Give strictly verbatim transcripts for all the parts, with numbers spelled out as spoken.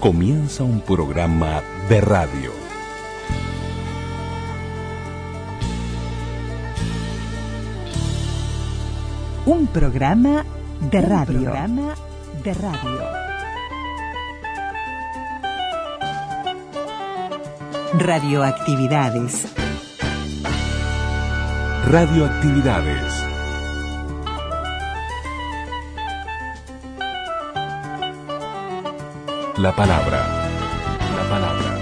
comienza un programa de radio. Un programa de radio. Un programa de radio. Radioactividades. Radioactividades. La palabra. La palabra.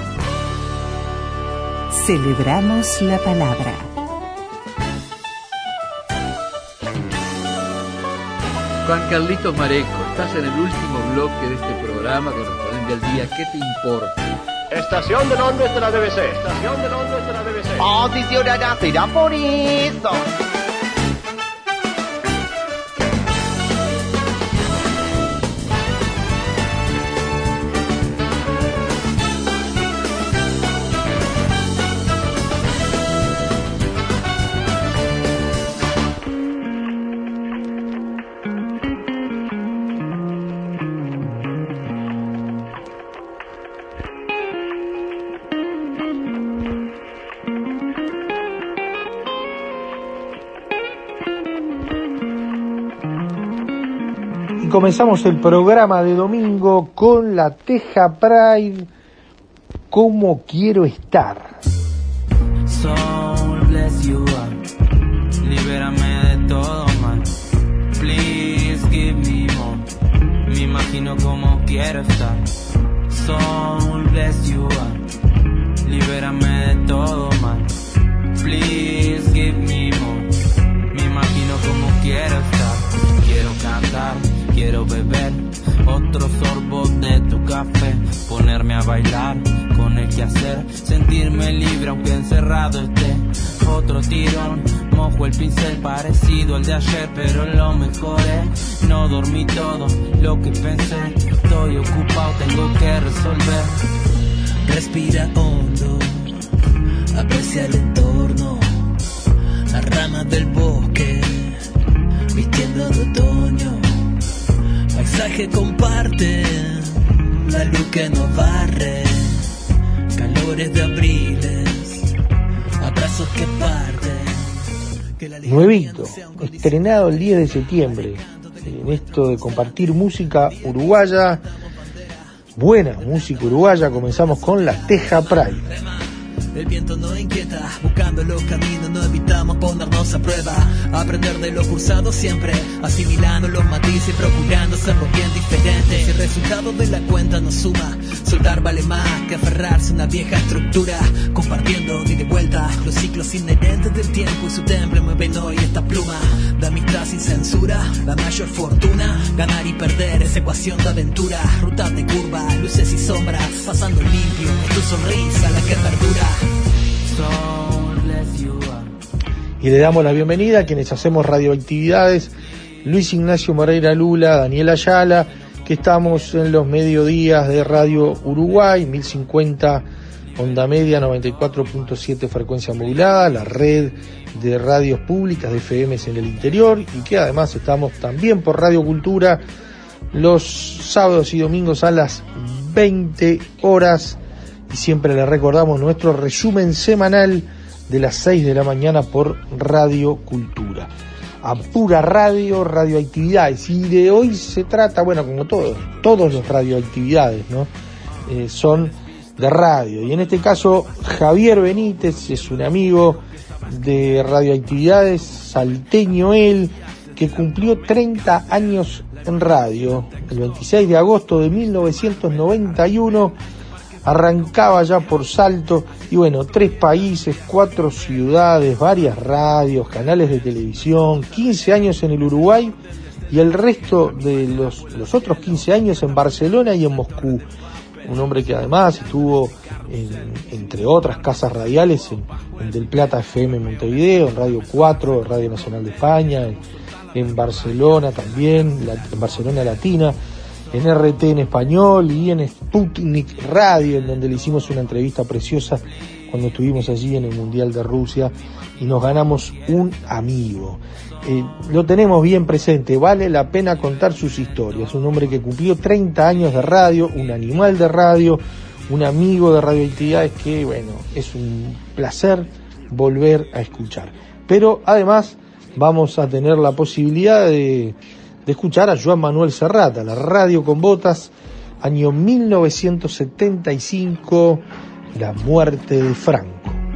Celebramos la palabra. Juan Carlitos Mareco, estás en el último bloque de este programa correspondiente al día. ¿Qué te importa? Estación de Londres de la B B C. Estación de Londres de la B B C. Oh, si ciudadana será por eso. Comenzamos el programa de domingo con la Teja Pride, ¿Cómo quiero estar? Soul bless you up, libérame de todo mal, please give me more, me imagino cómo quiero estar. Soul bless you up, libérame de todo mal, please give me more, me imagino cómo quiero estar. Quiero cantar, quiero beber otro sorbo de tu café, ponerme a bailar con el quehacer, sentirme libre aunque encerrado esté. Otro tirón, mojo el pincel parecido al de ayer, pero lo mejor es no dormí todo lo que pensé. Estoy ocupado, tengo que resolver. Respira hondo, aprecia el entorno, las ramas del bosque vistiendo de otoño. Paisaje comparte, la luz que nos barre, calores de abriles, abrazos que parten. Que la Nuevito, estrenado el diez de septiembre, en esto de compartir música uruguaya, buena música uruguaya. Comenzamos con la Teja Pride. El viento nos inquieta, buscando los caminos, no evitamos ponernos a prueba. Aprender de lo cursado siempre, asimilando los matices, procurando serlo bien diferente. Si el resultado de la cuenta nos suma, soltar vale más que aferrarse a una vieja estructura. Compartiendo y de vuelta los ciclos inherentes del tiempo y su temple mueven hoy esta pluma. De amistad sin censura, la mayor fortuna, ganar y perder, esa ecuación de aventura. Rutas de curva, luces y sombras, pasando limpio, es tu sonrisa la que perdura. Y le damos la bienvenida a quienes hacemos radioactividades: Luis Ignacio Moreira Lula, Daniel Ayala, que estamos en los mediodías de Radio Uruguay, mil cincuenta onda media, noventa y cuatro punto siete frecuencia modulada, la red de radios públicas de F Ms en el interior, y que además estamos también por Radio Cultura los sábados y domingos a las veinte horas. Y siempre le recordamos nuestro resumen semanal de las seis de la mañana por Radio Cultura. A pura radio, radioactividades. Y de hoy se trata, bueno, como todos, todos los radioactividades, ¿no? Eh, son de radio. Y en este caso, Javier Benítez es un amigo de radioactividades, salteño él, que cumplió treinta años en radio. El veintiséis de agosto de mil novecientos noventa y uno arrancaba ya por Salto, y bueno, tres países, cuatro ciudades, varias radios, canales de televisión, quince años en el Uruguay y el resto de los, los otros quince años en Barcelona y en Moscú. Un hombre que además estuvo en, entre otras casas radiales en, en Del Plata F M en Montevideo, en Radio cuatro, en Radio Nacional de España, en, en Barcelona también, la, en Barcelona Latina, en R T en español y en Sputnik Radio, en donde le hicimos una entrevista preciosa cuando estuvimos allí en el Mundial de Rusia y nos ganamos un amigo. Eh, lo tenemos bien presente, vale la pena contar sus historias. Un hombre que cumplió treinta años de radio, un animal de radio, un amigo de radioactividades que, bueno, es un placer volver a escuchar. Pero además vamos a tener la posibilidad de, de escuchar a Joan Manuel Serrata, la radio con botas, año mil novecientos setenta y cinco, la muerte de Franco.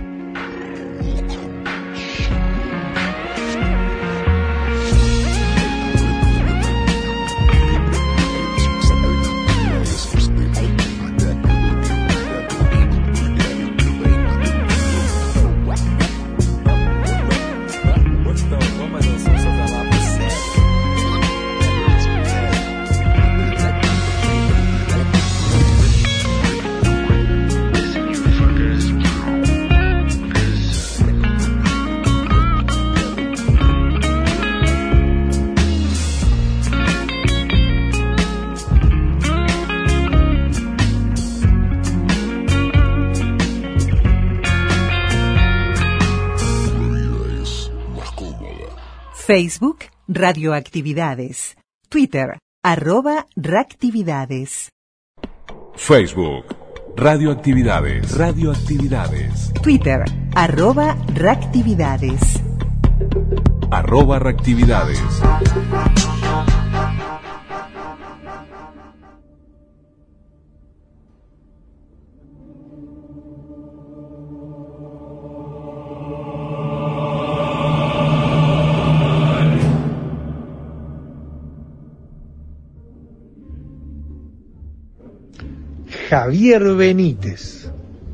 Facebook, Radioactividades. Twitter, arroba Reactividades. Facebook, Radioactividades. Radioactividades. Twitter, arroba Reactividades. Arroba Reactividades. Javier Benítez.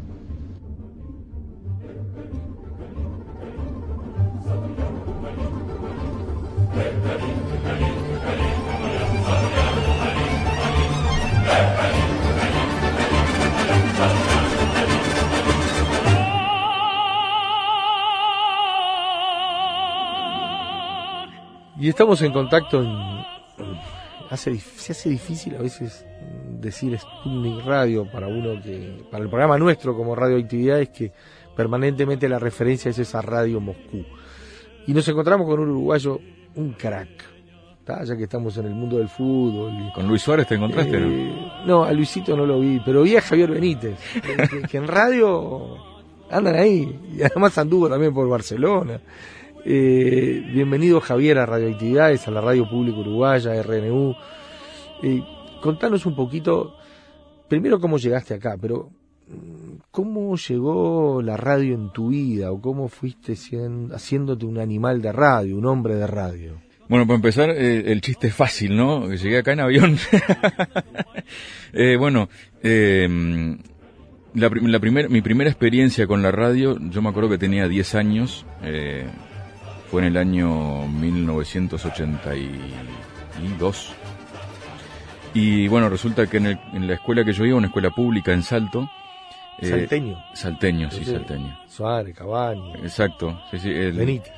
Y estamos en contacto en, hace, se hace difícil a veces decir Sputnik Radio para uno que, para el programa nuestro como Radioactividades, que permanentemente la referencia es esa Radio Moscú. Y nos encontramos con un uruguayo, un crack, ¿tá? Ya que estamos en el mundo del fútbol. Y, ¿con Luis Suárez te encontraste? Eh, no, a Luisito no lo vi, pero vi a Javier Benítez, que, que, que en radio andan ahí, y además anduvo también por Barcelona. Eh, bienvenido Javier a Radioactividades, a la Radio Pública Uruguaya, R N U. Eh, contanos un poquito, primero cómo llegaste acá, pero cómo llegó la radio en tu vida, o cómo fuiste siendo, haciéndote un animal de radio, un hombre de radio. Bueno, para empezar, eh, el chiste es fácil, ¿no? Llegué acá en avión. eh, bueno, eh, la, la primer, mi primera experiencia con la radio, yo me acuerdo que tenía diez años, eh, fue en el año mil novecientos ochenta y dos. Y bueno, resulta que en, el, en la escuela que yo iba, una escuela pública en Salto. Eh, Salteño. Salteño, sí, sí, Salteño. Suárez, Cavani. Exacto, sí, sí. El, Benítez.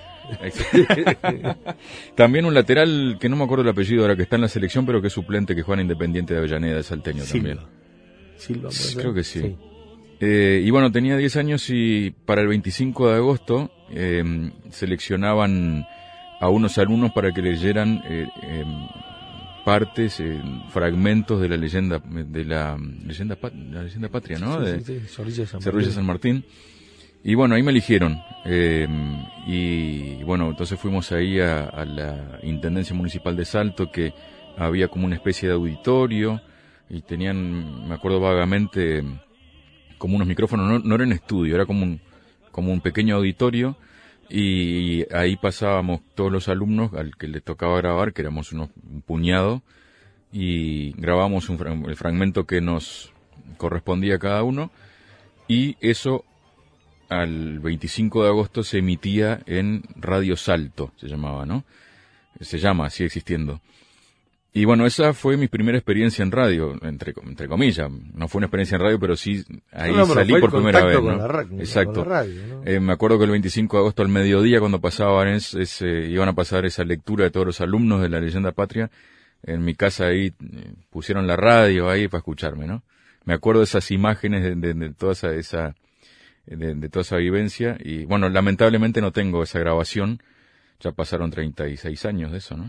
También un lateral que no me acuerdo el apellido ahora, que está en la selección, pero que es suplente, que juega en Independiente de Avellaneda, de Salteño. Silva. También. Silva, sí, creo que sí. sí. Eh, y bueno, tenía diez años y para el veinticinco de agosto eh, seleccionaban a unos alumnos para que leyeran eh, eh, partes, eh, fragmentos de la leyenda de la leyenda, la leyenda patria, ¿no? Sí, de sí, sí. Zorrilla San, Zorrilla San Martín. Y bueno, ahí me eligieron. Eh, y bueno, entonces fuimos ahí a, a la Intendencia Municipal de Salto, que había como una especie de auditorio y tenían, me acuerdo vagamente, como unos micrófonos, no, no era en estudio, era como un, como un pequeño auditorio, y ahí pasábamos todos los alumnos al que les tocaba grabar, que éramos unos, un puñado, y grabábamos un, el fragmento que nos correspondía a cada uno, y eso al veinticinco de agosto se emitía en Radio Salto, se llamaba, ¿no? Se llama, sigue existiendo. Y bueno, esa fue mi primera experiencia en radio, entre, entre comillas. No fue una experiencia en radio, pero sí ahí no, no, salí por primera vez, ¿no? La ra- Exacto. Con la radio, ¿no? Eh, me acuerdo que el veinticinco de agosto al mediodía, cuando pasaban es, es, eh, iban a pasar esa lectura de todos los alumnos de la Leyenda Patria, en mi casa ahí eh, pusieron la radio ahí para escucharme, ¿no? Me acuerdo de esas imágenes de, de, de toda esa, esa de, de toda esa vivencia. Y bueno, lamentablemente no tengo esa grabación. Ya pasaron treinta y seis años de eso, ¿no?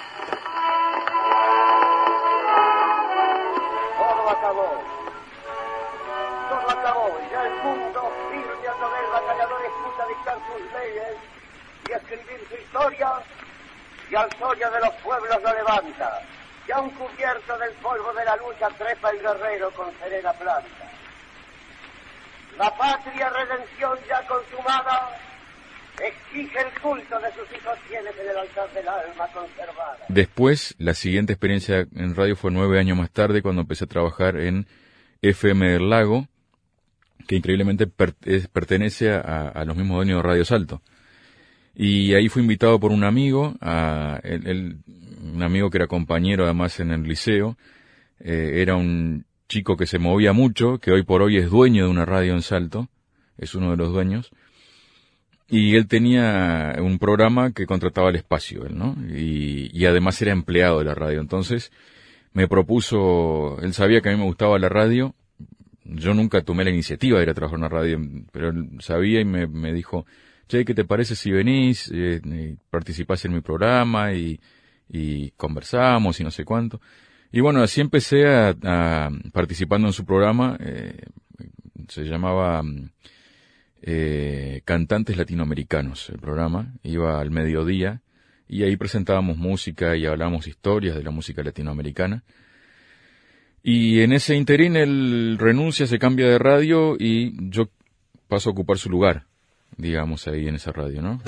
Todo acabó. Todo acabó. Ya el mundo, firme a través del batallador, escucha dictar sus leyes y escribir su historia. Y al soya de los pueblos lo levanta. Y aún cubierto del polvo de la lucha trepa el guerrero con serena planta. La patria redención ya consumada exige el culto de sus hijos fieles en el altar del alma conservada. Después, la siguiente experiencia en radio fue nueve años más tarde, cuando empecé a trabajar en F M del Lago, que increíblemente per- es, pertenece a, a los mismos dueños de Radio Salto. Y ahí fui invitado por un amigo, a, él, él, un amigo que era compañero además en el liceo. Eh, era un chico que se movía mucho, que hoy por hoy es dueño de una radio en Salto, es uno de los dueños. Y él tenía un programa que contrataba el espacio, él, ¿no? Y, y además era empleado de la radio. Entonces me propuso, él sabía que a mí me gustaba la radio. Yo nunca tomé la iniciativa de ir a trabajar en una radio, pero él sabía y me, me dijo, che, ¿qué te parece si venís, eh, y participás en mi programa y, y conversamos y no sé cuánto? Y bueno, así empecé a, a participando en su programa, eh, se llamaba eh, Cantantes Latinoamericanos, el programa, iba al mediodía y ahí presentábamos música y hablábamos historias de la música latinoamericana. Y en ese interín él renuncia, se cambia de radio y yo paso a ocupar su lugar, digamos, ahí en esa radio, ¿no?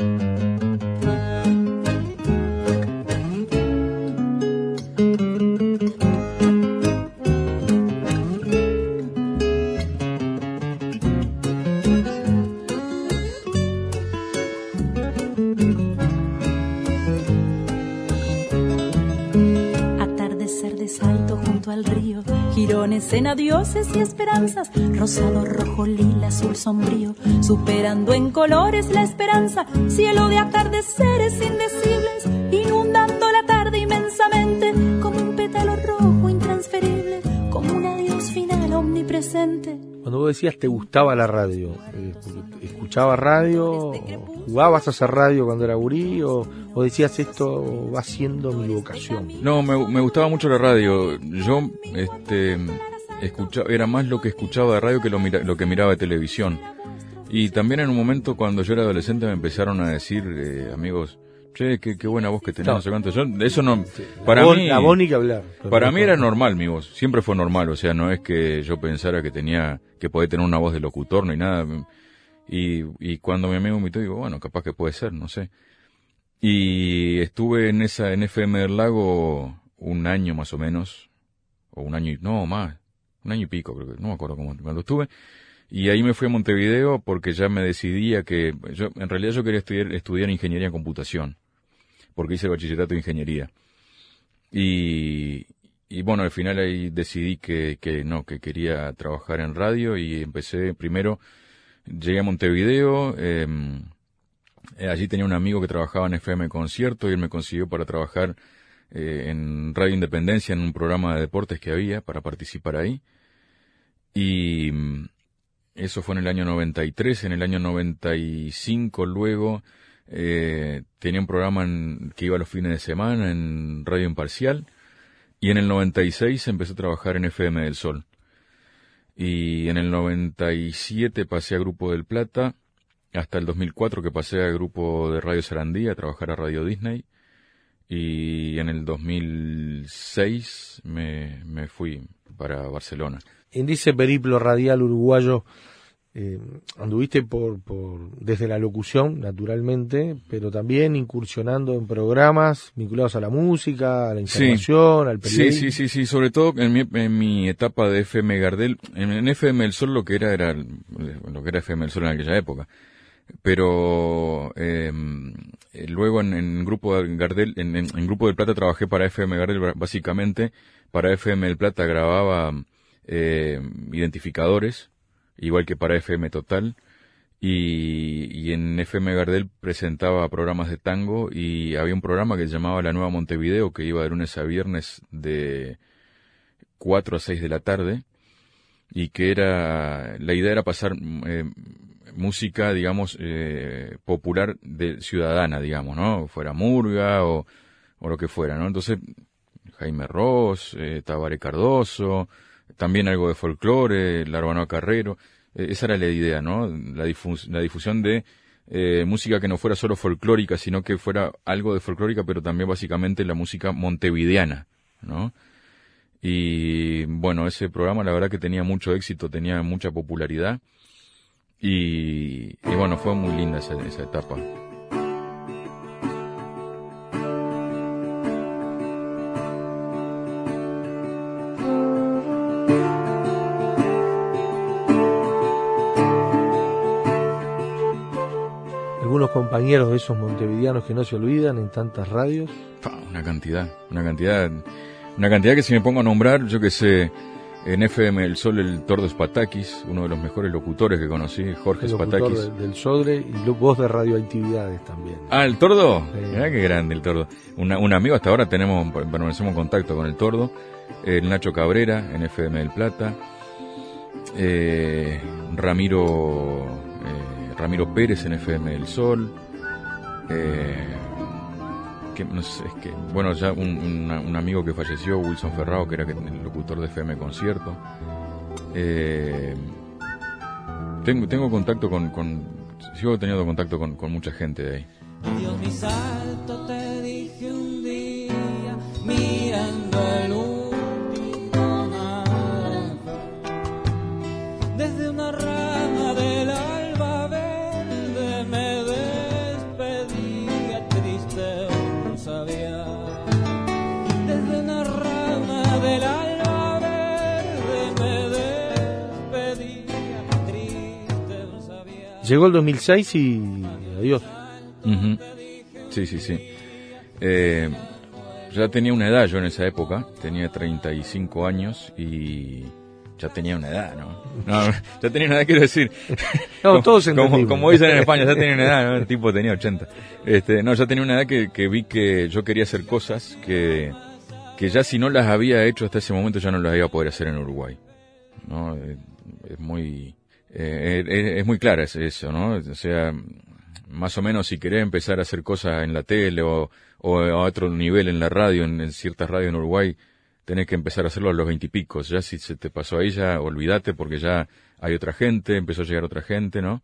En adioses y esperanzas, rosado, rojo, lila, azul sombrío, superando en colores la esperanza, cielo de atardeceres indecibles, inundando la tarde inmensamente, como un pétalo rojo intransferible, como un adiós final omnipresente. Cuando vos decías te gustaba la radio, eh, ¿escuchabas radio? ¿Jugabas a hacer radio cuando era gurí? ¿O, o decías esto va siendo mi vocación? No, me, me gustaba mucho la radio. Yo, este... Escuchaba, era más lo que escuchaba de radio que lo, mira, lo que miraba de televisión. Y también en un momento cuando yo era adolescente me empezaron a decir, eh, amigos, che, qué, qué buena voz que tenés, no sé cuánto. Yo, eso no, para la voz, mí, la voz ni que hablar. Para mí era normal mi voz, siempre fue normal, o sea, no es que yo pensara que tenía, que podía tener una voz de locutor ni nada. Y, y cuando mi amigo me invitó, digo, bueno, capaz que puede ser, no sé. Y estuve en esa, en F M del Lago un año más o menos, o un año y, no, más. Un año y pico, creo que, no me acuerdo cómo, cuando estuve, y ahí me fui a Montevideo porque ya me decidía que, yo, en realidad yo quería estudiar, estudiar ingeniería en computación, porque hice el bachillerato de ingeniería, y, y bueno, al final ahí decidí que, que no, que quería trabajar en radio, y empecé, primero, llegué a Montevideo, eh, allí tenía un amigo que trabajaba en F M Concierto, y él me consiguió para trabajar eh, en Radio Independencia, en un programa de deportes que había, para participar ahí. Y eso fue en el año noventa y tres, en el año noventa y cinco luego eh, tenía un programa en, que iba los fines de semana en Radio Imparcial, y en el noventa y seis empecé a trabajar en F M del Sol. Y en el noventa y siete pasé a Grupo del Plata, hasta el dos mil cuatro que pasé a Grupo de Radio Sarandí a trabajar a Radio Disney, y en el dos mil seis me, me fui para Barcelona. En ese periplo radial uruguayo eh, anduviste por, por desde la locución, naturalmente, pero también incursionando en programas vinculados a la música, a la información, sí, al periodismo. Sí, sí, sí, sí, sobre todo en mi, en mi etapa de F M Gardel. En, en F M El Sol lo que era era lo que era F M El Sol en aquella época. Pero eh, luego en, en Grupo Gardel, en, en, en Grupo del Plata trabajé para F M Gardel, básicamente. Para F M El Plata grababa eh, identificadores, igual que para F M Total, y, y en F M Gardel presentaba programas de tango, y había un programa que se llamaba La Nueva Montevideo, que iba de lunes a viernes de cuatro a seis de la tarde, y que era, la idea era pasar eh, música, digamos, eh, popular de ciudadana, digamos, ¿no? Fuera murga o, o lo que fuera, ¿no? Entonces, Jaime Ross, eh, Tabaré Cardoso, también algo de folclore, Larbanoa Carrero, eh, esa era la idea, ¿no? La, difus la difusión de eh, música que no fuera solo folclórica, sino que fuera algo de folclórica, pero también básicamente la música montevideana, ¿no? Y bueno, ese programa la verdad que tenía mucho éxito, tenía mucha popularidad, y, y bueno, fue muy linda esa, esa etapa. Algunos compañeros de esos montevideanos que no se olvidan en tantas radios. Una cantidad, una cantidad, una cantidad que si me pongo a nombrar, yo que sé, en F M El Sol, el Tordo Spatakis, uno de los mejores locutores que conocí, Jorge Spatakis. El del Sodre y voz de radioactividades también. Ah, ¿el Tordo? Sí. Mirá qué grande el Tordo. Una, un amigo, hasta ahora tenemos, permanecemos en contacto con el Tordo, el Nacho Cabrera en F M del Plata, eh, Ramiro, eh, Ramiro Pérez en F M del Sol, eh, que no sé, es que, bueno, ya un, un, un amigo que falleció, Wilson Ferrao, que era el locutor de F M Concierto. Eh, tengo, tengo contacto con, con, sigo teniendo contacto con, con mucha gente de ahí. Dios mi salto te dije un día, mirando el último naranja, desde una rama del alba verde me despedía triste. Sabía, desde una rama del alba verde me despedía, triste no sabía. Llegó el dos mil seis y adiós. Uh-huh. Sí, sí, sí. Eh, ya tenía una edad yo en esa época, tenía treinta y cinco años y ya tenía una edad, ¿no? No, ya tenía una edad, quiero decir. No, como, todos como, como dicen en España, ya tenía una edad, ¿no? El tipo tenía ochenta. Este, no, ya tenía una edad que, que vi que yo quería hacer cosas que, que ya si no las había hecho hasta ese momento ya no las iba a poder hacer en Uruguay, ¿no? Es, es muy, eh, es, es muy clara eso, ¿no? O sea, más o menos si querés empezar a hacer cosas en la tele o, o a otro nivel en la radio, en, en ciertas radios en Uruguay, tenés que empezar a hacerlo a los veintipicos. Ya si se te pasó ahí, ya olvídate porque ya hay otra gente, empezó a llegar otra gente, ¿no?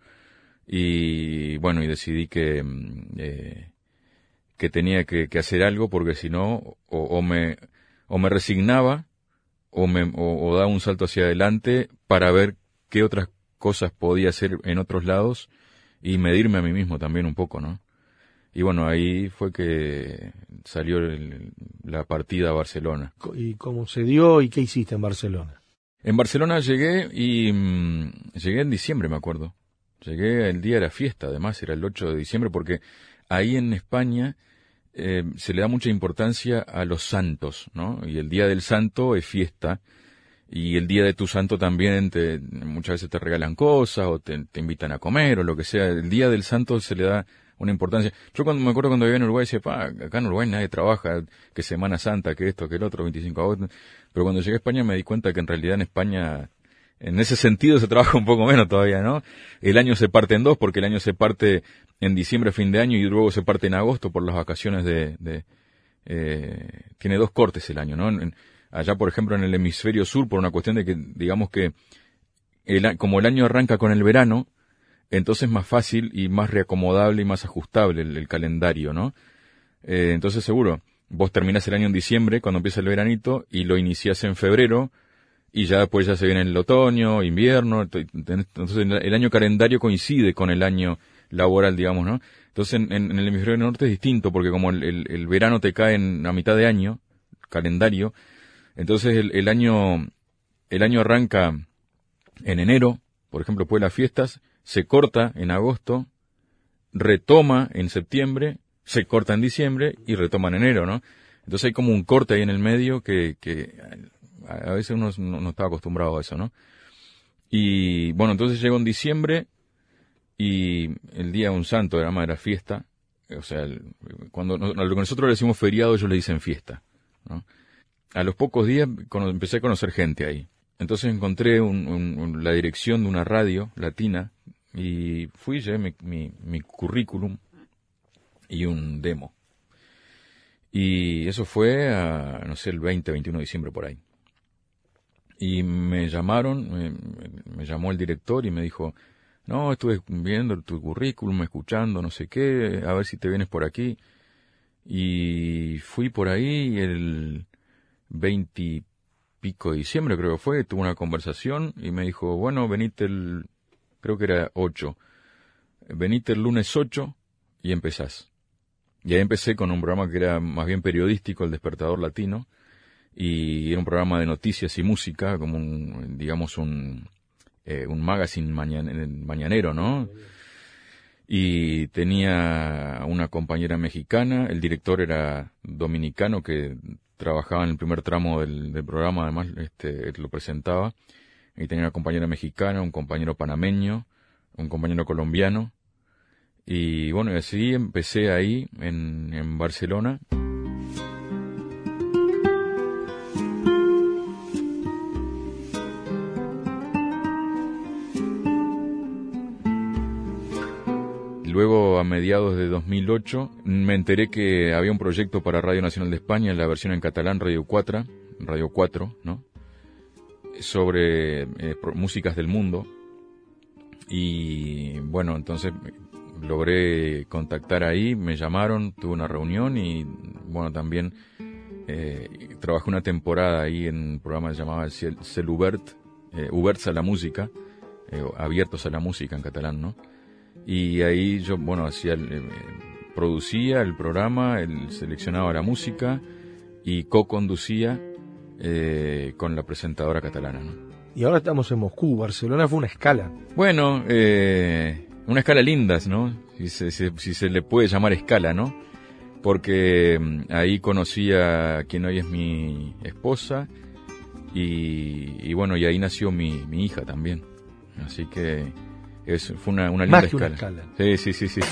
Y bueno, y decidí que eh, que tenía que, que hacer algo porque si no, o, o me o me resignaba o me o, o daba un salto hacia adelante para ver qué otras cosas podía hacer en otros lados y medirme a mí mismo también un poco, ¿no? Y bueno, ahí fue que salió el, la partida a Barcelona. ¿Y cómo se dio y qué hiciste en Barcelona? En Barcelona llegué y mmm, llegué en diciembre, me acuerdo. Llegué el día de la fiesta, además, era el ocho de diciembre, porque ahí en España eh, se le da mucha importancia a los santos, ¿no? Y el día del santo es fiesta, y el día de tu santo también te, muchas veces te regalan cosas, o te, te invitan a comer, o lo que sea. El día del santo se le da una importancia. Yo cuando me acuerdo cuando vivía en Uruguay decía, pa, acá en Uruguay nadie trabaja, que Semana Santa, que esto, que el otro, veinticinco de agosto. Pero cuando llegué a España me di cuenta que en realidad en España, en ese sentido se trabaja un poco menos todavía, ¿no? El año se parte en dos, porque el año se parte en diciembre, fin de año, y luego se parte en agosto por las vacaciones de, de eh, tiene dos cortes el año, ¿no? En, allá, por ejemplo, en el hemisferio sur, por una cuestión de que, digamos que, el, como el año arranca con el verano, entonces es más fácil y más reacomodable y más ajustable el, el calendario, ¿no? Eh, entonces seguro, vos terminás el año en diciembre, cuando empieza el veranito, y lo iniciás en febrero, y ya después ya se viene el otoño, invierno, entonces el año calendario coincide con el año laboral, digamos, ¿no? Entonces en, en el hemisferio norte es distinto, porque como el, el, el verano te cae en, a mitad de año, calendario, entonces el, el año, el año arranca en enero, por ejemplo, después de las fiestas, se corta en agosto, retoma en septiembre, se corta en diciembre y retoma en enero, ¿no? Entonces hay como un corte ahí en el medio que, que a veces uno no, no estaba acostumbrado a eso, ¿no? Y bueno, entonces llegó en diciembre y el día de un santo de la madre era fiesta, o sea, el, cuando a lo que nosotros le decimos feriado, ellos le dicen fiesta, ¿no? A los pocos días empecé a conocer gente ahí. entonces encontré un, un, un, la dirección de una radio latina y fui, llevé mi, mi, mi currículum y un demo. Y eso fue, a, no sé, el veinte, veintiuno de diciembre por ahí. Y me llamaron, me, me llamó el director y me dijo, no, estuve viendo tu currículum, escuchando, no sé qué, a ver si te vienes por aquí. Y fui por ahí el veinte pico de diciembre, creo que fue, tuve una conversación y me dijo, bueno, venite el, creo que era ocho, venite el lunes ocho y empezás. Y ahí empecé con un programa que era más bien periodístico, El Despertador Latino, y era un programa de noticias y música, como un, digamos, un, eh, un magazine mañan, mañanero, ¿no? Y tenía una compañera mexicana, el director era dominicano que trabajaba en el primer tramo del, del programa, además este, lo presentaba, y tenía una compañera mexicana, un compañero panameño, un compañero colombiano, y bueno, y así empecé ahí en, en Barcelona. Luego, a mediados de dos mil ocho, me enteré que había un proyecto para Radio Nacional de España, la versión en catalán, Radio cuatro, Radio cuatro, ¿no? Sobre eh, músicas del mundo. Y bueno, entonces logré contactar ahí, me llamaron, tuve una reunión y bueno, también eh, trabajé una temporada ahí en un programa que se llamaba Celubert, eh, Uberts a la música, eh, abiertos a la música en catalán, ¿no? Y ahí yo, bueno, hacía, eh, producía el programa, el, seleccionaba la música y co-conducía eh, con la presentadora catalana, ¿no? Y ahora estamos en Moscú. Barcelona fue una escala. Bueno, eh, una escala linda, ¿no? Si se, si, si se le puede llamar escala, ¿no? Porque ahí conocí a quien hoy es mi esposa y, y bueno, y ahí nació mi, mi hija también. Así que es, fue una, una linda Más que escala. Una escala. Sí, sí, sí, sí.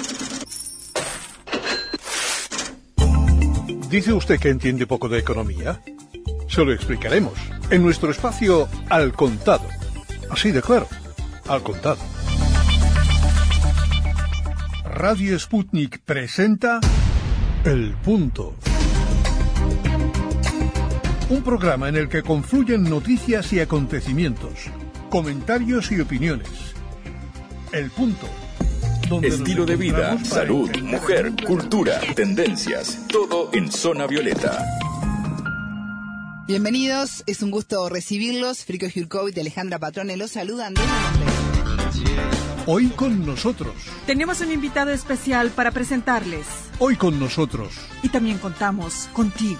¿Dice usted que entiende poco de economía? Se lo explicaremos en nuestro espacio Al Contado. Así de claro, Al Contado. Radio Sputnik presenta El Punto. Un programa en el que confluyen noticias y acontecimientos, comentarios y opiniones. El Punto. Estilo de vida, salud, mujer, cultura, tendencias, todo en Zona Violeta. Bienvenidos, es un gusto recibirlos. Frico Jurkovic y Alejandra Patrone los saludan. Hoy con nosotros. Tenemos un invitado especial para presentarles. Hoy con nosotros. Y también contamos contigo.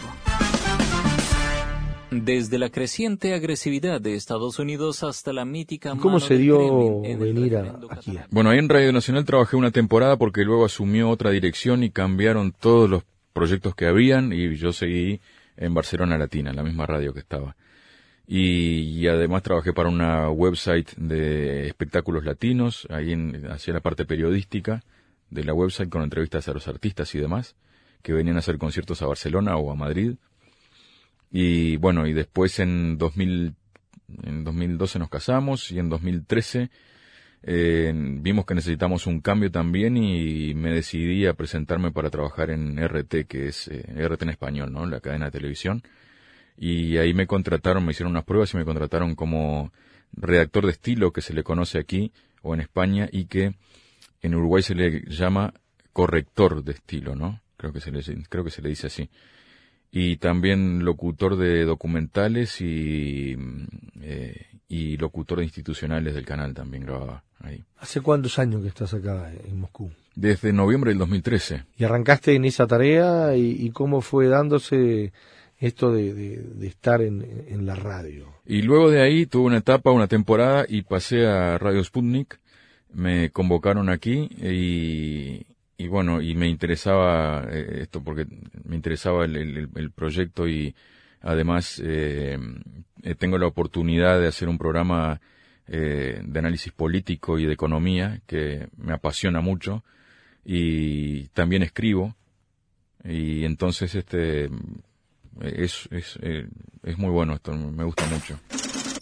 Desde la creciente agresividad de Estados Unidos hasta la mítica... ¿Cómo se dio venir a, aquí? Bueno, ahí en Radio Nacional trabajé una temporada porque luego asumió otra dirección y cambiaron todos los proyectos que habían y yo seguí en Barcelona Latina, en la misma radio que estaba. Y, y además trabajé para una website de espectáculos latinos, ahí en, hacía la parte periodística de la website con entrevistas a los artistas y demás, que venían a hacer conciertos a Barcelona o a Madrid. Y bueno, y después en dos mil, en dos mil doce nos casamos y en dos mil trece eh, vimos que necesitamos un cambio también y me decidí a presentarme para trabajar en R T, que es eh, R T en español, ¿no? La cadena de televisión. Y ahí me contrataron, me hicieron unas pruebas y me contrataron como redactor de estilo, que se le conoce aquí o en España, y que en Uruguay se le llama corrector de estilo, ¿no? Creo que se le, creo que se le dice así. Y también locutor de documentales y, eh, y locutor de institucionales del canal también grababa ahí. ¿Hace cuántos años que estás acá en Moscú? Desde noviembre del dos mil trece. ¿Y arrancaste en esa tarea y, y cómo fue dándose esto de, de, de estar en, en la radio? Y luego de ahí tuve una etapa, una temporada y pasé a Radio Sputnik. Me convocaron aquí y... Y bueno, y me interesaba eh, esto porque me interesaba el, el, el proyecto y además eh, tengo la oportunidad de hacer un programa eh, de análisis político y de economía que me apasiona mucho y también escribo y entonces este es, es, eh, es muy bueno esto, me gusta mucho.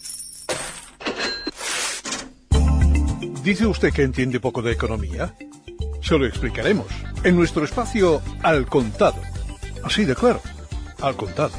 ¿Dice usted que entiende poco de economía? Se lo explicaremos en nuestro espacio Al Contado. Así de claro, Al Contado.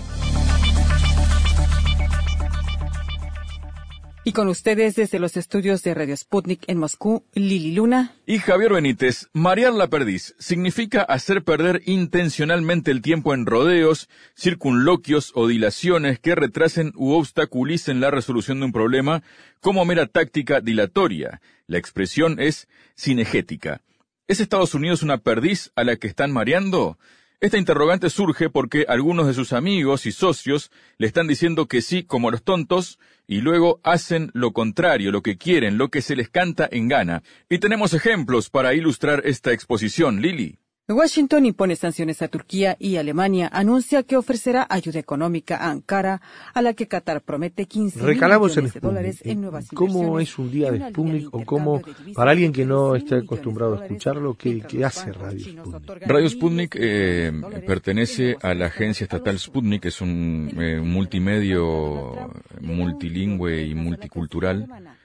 Y con ustedes desde los estudios de Radio Sputnik en Moscú, Lili Luna y Javier Benítez. Marear la perdiz significa hacer perder intencionalmente el tiempo en rodeos, circunloquios o dilaciones que retrasen u obstaculicen la resolución de un problema como mera táctica dilatoria. La expresión es cinegética. ¿Es Estados Unidos una perdiz a la que están mareando? Esta interrogante surge porque algunos de sus amigos y socios le están diciendo que sí como a los tontos y luego hacen lo contrario, lo que quieren, lo que se les canta en gana. Y tenemos ejemplos para ilustrar esta exposición, Lili. Washington impone sanciones a Turquía y Alemania anuncia que ofrecerá ayuda económica a Ankara, a la que Qatar promete quince mil millones de dólares en nuevas inversiones. ¿Cómo es un día de Sputnik o cómo, para alguien que no esté acostumbrado a escucharlo, qué, qué hace Radio Sputnik? Radio Sputnik eh, pertenece a la agencia estatal Sputnik, que es un eh, multimedio multilingüe y multicultural.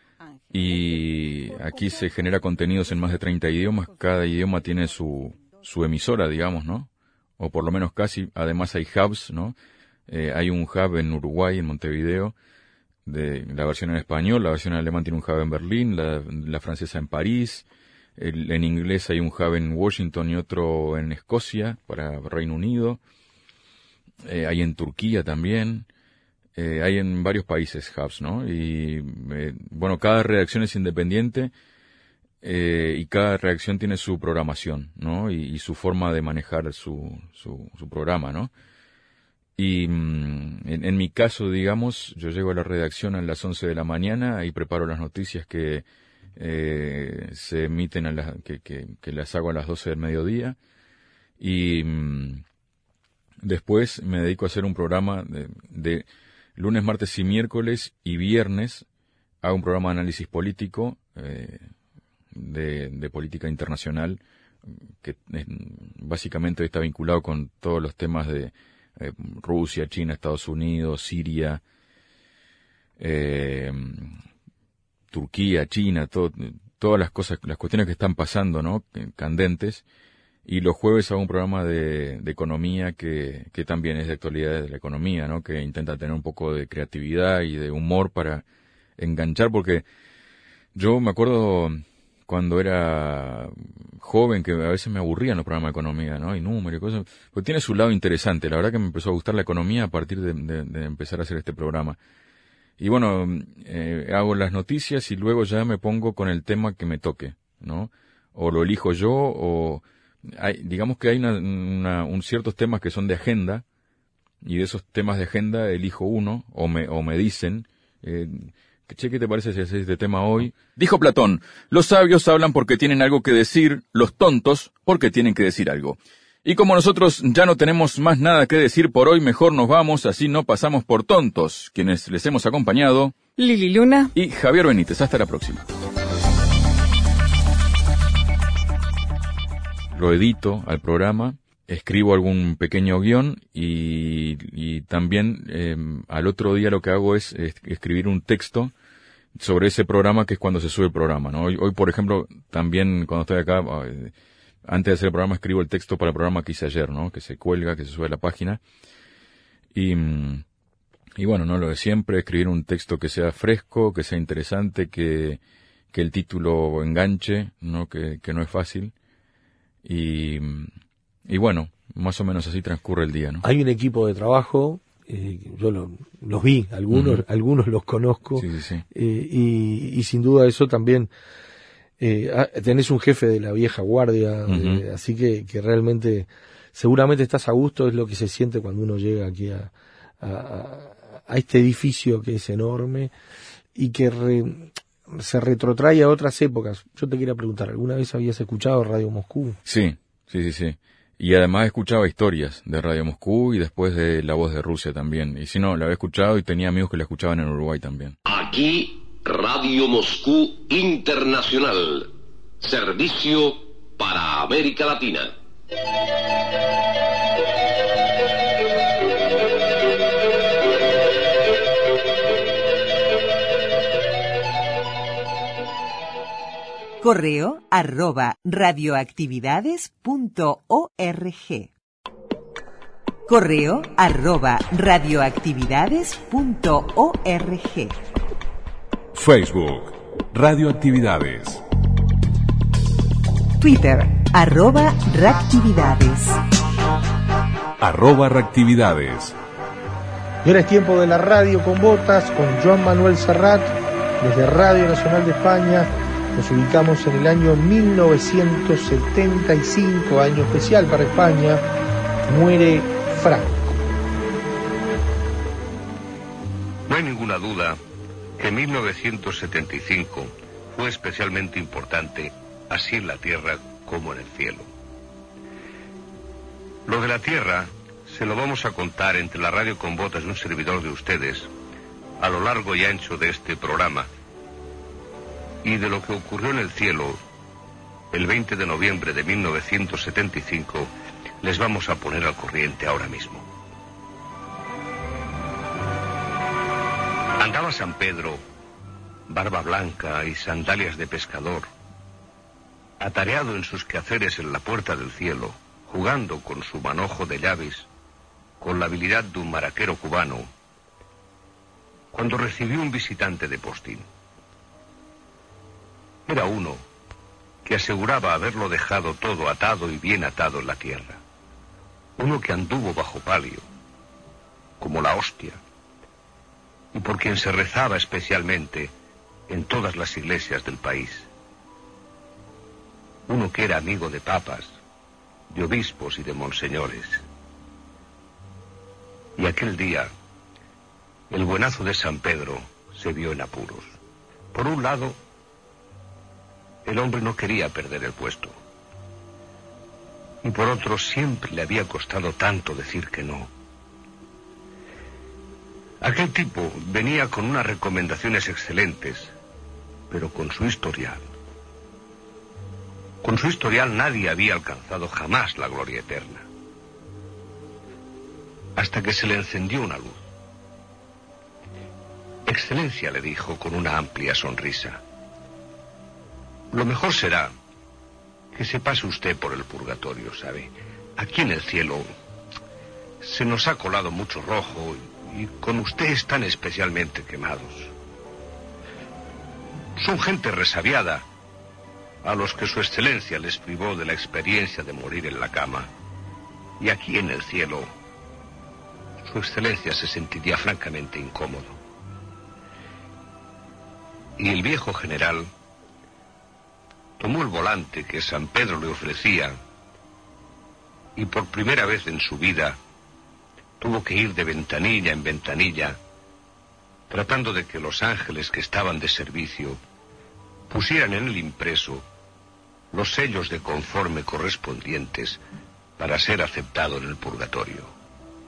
Y aquí se genera contenidos en más de treinta idiomas, cada idioma tiene su... su emisora, digamos, ¿no? O por lo menos casi. Además hay hubs, ¿no? Eh, hay un hub en Uruguay, en Montevideo, de la versión en español, la versión en alemán tiene un hub en Berlín, la, la francesa en París, el, en inglés hay un hub en Washington y otro en Escocia, para Reino Unido, eh, hay en Turquía también, eh, hay en varios países hubs, ¿no? Y, eh, bueno, cada redacción es independiente, Eh, y cada redacción tiene su programación, ¿no? Y, y su forma de manejar su, su, su programa, ¿no? Y mm, en, en mi caso, digamos, yo llego a la redacción a las once de la mañana y preparo las noticias que eh, se emiten, a las, que, que, que las hago a las doce del mediodía. Y mm, después me dedico a hacer un programa de, de lunes, martes y miércoles y viernes. Hago un programa de análisis político, eh, De, de política internacional, que eh, básicamente está vinculado con todos los temas de eh, Rusia, China, Estados Unidos, Siria, eh, Turquía, China, todo, todas las cosas, las cuestiones que están pasando, ¿no? Candentes. Y los jueves hago un programa de, de economía que, que también es de actualidad de la economía, ¿no? Que intenta tener un poco de creatividad y de humor para enganchar, porque yo me acuerdo cuando era joven, que a veces me aburrían los programas de economía, ¿no? Y números y cosas. Pues tiene su lado interesante. La verdad que me empezó a gustar la economía a partir de, de, de empezar a hacer este programa. Y bueno, eh, hago las noticias y luego ya me pongo con el tema que me toque, ¿no? O lo elijo yo, o hay, digamos que hay una, una, un ciertos temas que son de agenda, y de esos temas de agenda elijo uno, o me, o me dicen, eh, che, ¿qué te parece si haces este tema hoy? Dijo Platón, los sabios hablan porque tienen algo que decir, los tontos porque tienen que decir algo. Y como nosotros ya no tenemos más nada que decir por hoy, mejor nos vamos, así no pasamos por tontos, quienes les hemos acompañado, Lili Luna y Javier Benítez. Hasta la próxima. Lo edito al programa, escribo algún pequeño guión y, y también eh, al otro día lo que hago es, es escribir un texto sobre ese programa, que es cuando se sube el programa, ¿no? Hoy, hoy por ejemplo, también cuando estoy acá, eh, antes de hacer el programa escribo el texto para el programa que hice ayer, ¿no? Que se cuelga, que se sube a la página. Y, y bueno, ¿no? Lo de siempre, escribir un texto que sea fresco, que sea interesante, que, que el título enganche, ¿no? Que, que no es fácil. Y, y bueno, más o menos así transcurre el día, ¿no? Hay un equipo de trabajo, eh, yo lo, los vi, algunos, uh-huh. algunos los conozco, sí, sí, sí. Eh, y, y sin duda eso también, eh, tenés un jefe de la vieja guardia, uh-huh. eh, así que, que realmente, seguramente estás a gusto, es lo que se siente cuando uno llega aquí a, a, a este edificio que es enorme y que re, se retrotrae a otras épocas. Yo te quería preguntar, ¿alguna vez habías escuchado Radio Moscú? Sí, sí, sí, sí. Y además escuchaba historias de Radio Moscú y después de La Voz de Rusia también. Y si no, la había escuchado y tenía amigos que la escuchaban en Uruguay también. Aquí, Radio Moscú Internacional. Servicio para América Latina. Correo arroba radioactividades punto org. Correo arroba radioactividades punto org. Facebook, Radioactividades. Twitter, arroba reactividades. Arroba reactividades. Y ahora es tiempo de la radio con botas, con Joan Manuel Serrat, desde Radio Nacional de España. Nos ubicamos en el año mil novecientos setenta y cinco, año especial para España. Muere Franco. No hay ninguna duda que mil novecientos setenta y cinco fue especialmente importante, así en la tierra como en el cielo. Lo de la tierra se lo vamos a contar entre la radio con botas de un servidor de ustedes a lo largo y ancho de este programa. Y de lo que ocurrió en el cielo el veinte de noviembre de mil novecientos setenta y cinco les vamos a poner al corriente ahora mismo. Andaba San Pedro, barba blanca y sandalias de pescador, atareado en sus quehaceres en la puerta del cielo, jugando con su manojo de llaves, con la habilidad de un maraquero cubano, cuando recibió un visitante de postín. Era uno que aseguraba haberlo dejado todo atado y bien atado en la tierra. Uno que anduvo bajo palio, como la hostia, y por quien se rezaba especialmente en todas las iglesias del país. Uno que era amigo de papas, de obispos y de monseñores. Y aquel día, el buenazo de San Pedro se vio en apuros. Por un lado, el hombre no quería perder el puesto. Y por otro, siempre le había costado tanto decir que no. Aquel tipo venía con unas recomendaciones excelentes, pero con su historial. Con su historial nadie había alcanzado jamás la gloria eterna. Hasta que se le encendió una luz. Excelencia, le dijo con una amplia sonrisa, lo mejor será que se pase usted por el purgatorio, ¿sabe? Aquí en el cielo se nos ha colado mucho rojo y, y con usted están especialmente quemados. Son gente resabiada a los que su excelencia les privó de la experiencia de morir en la cama. Y aquí en el cielo su excelencia se sentiría francamente incómodo. Y el viejo general tomó el volante que San Pedro le ofrecía y por primera vez en su vida tuvo que ir de ventanilla en ventanilla tratando de que los ángeles que estaban de servicio pusieran en el impreso los sellos de conforme correspondientes para ser aceptado en el purgatorio.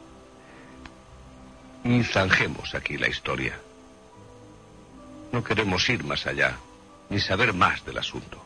Y zanjemos aquí la historia. No queremos ir más allá, ni saber más del asunto.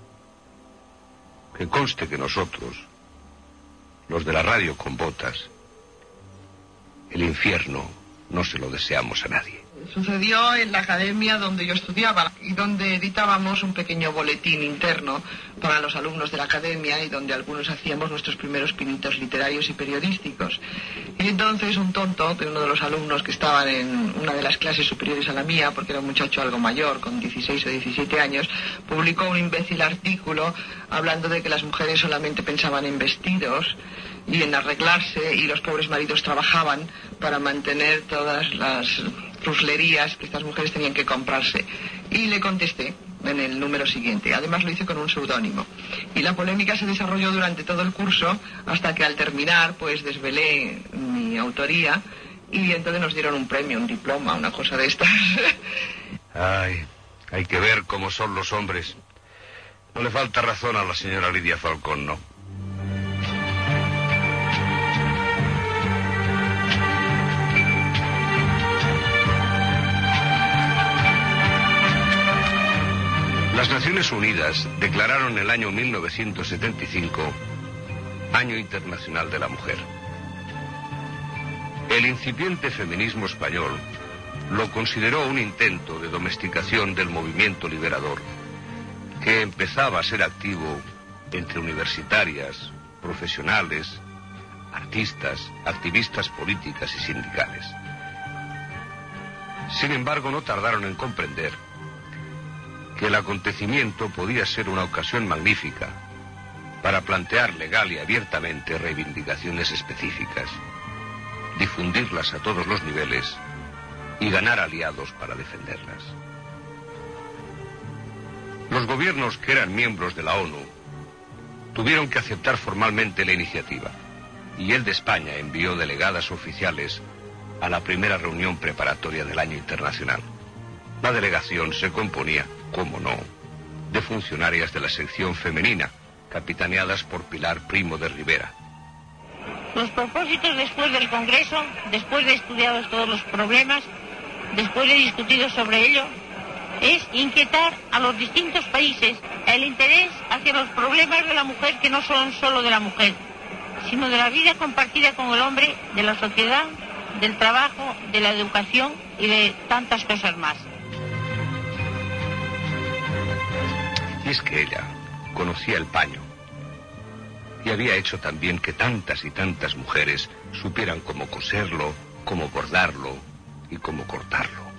Que conste que nosotros, los de la radio con botas, el infierno no se lo deseamos a nadie. Sucedió en la academia donde yo estudiaba y donde editábamos un pequeño boletín interno para los alumnos de la academia y donde algunos hacíamos nuestros primeros pinitos literarios y periodísticos. Y entonces un tonto de uno de los alumnos que estaban en una de las clases superiores a la mía, porque era un muchacho algo mayor, con dieciséis o diecisiete años, publicó un imbécil artículo hablando de que las mujeres solamente pensaban en vestidos y en arreglarse y los pobres maridos trabajaban para mantener todas las fruslerías que estas mujeres tenían que comprarse. Y le contesté en el número siguiente. Además lo hice con un seudónimo. Y la polémica se desarrolló durante todo el curso hasta que al terminar pues desvelé mi autoría y entonces nos dieron un premio, un diploma, una cosa de estas. Ay, hay que ver cómo son los hombres. No le falta razón a la señora Lidia Falcón, ¿no? Las Naciones Unidas declararon el año mil novecientos setenta y cinco Año Internacional de la Mujer. El incipiente feminismo español lo consideró un intento de domesticación del movimiento liberador que empezaba a ser activo entre universitarias, profesionales, artistas, activistas políticas y sindicales. Sin embargo, no tardaron en comprender que el acontecimiento podía ser una ocasión magnífica para plantear legal y abiertamente reivindicaciones específicas, difundirlas a todos los niveles y ganar aliados para defenderlas. Los gobiernos que eran miembros de la ONU tuvieron que aceptar formalmente la iniciativa, y el de España envió delegadas oficiales a la primera reunión preparatoria del año internacional. La delegación se componía, como no, de funcionarias de la sección femenina, capitaneadas por Pilar Primo de Rivera. Los propósitos después del Congreso, después de estudiados todos los problemas, después de discutido sobre ello, es inquietar a los distintos países el interés hacia los problemas de la mujer, que no son solo de la mujer, sino de la vida compartida con el hombre, de la sociedad, del trabajo, de la educación y de tantas cosas más. Y es que ella conocía el paño y había hecho también que tantas y tantas mujeres supieran cómo coserlo, cómo bordarlo y cómo cortarlo.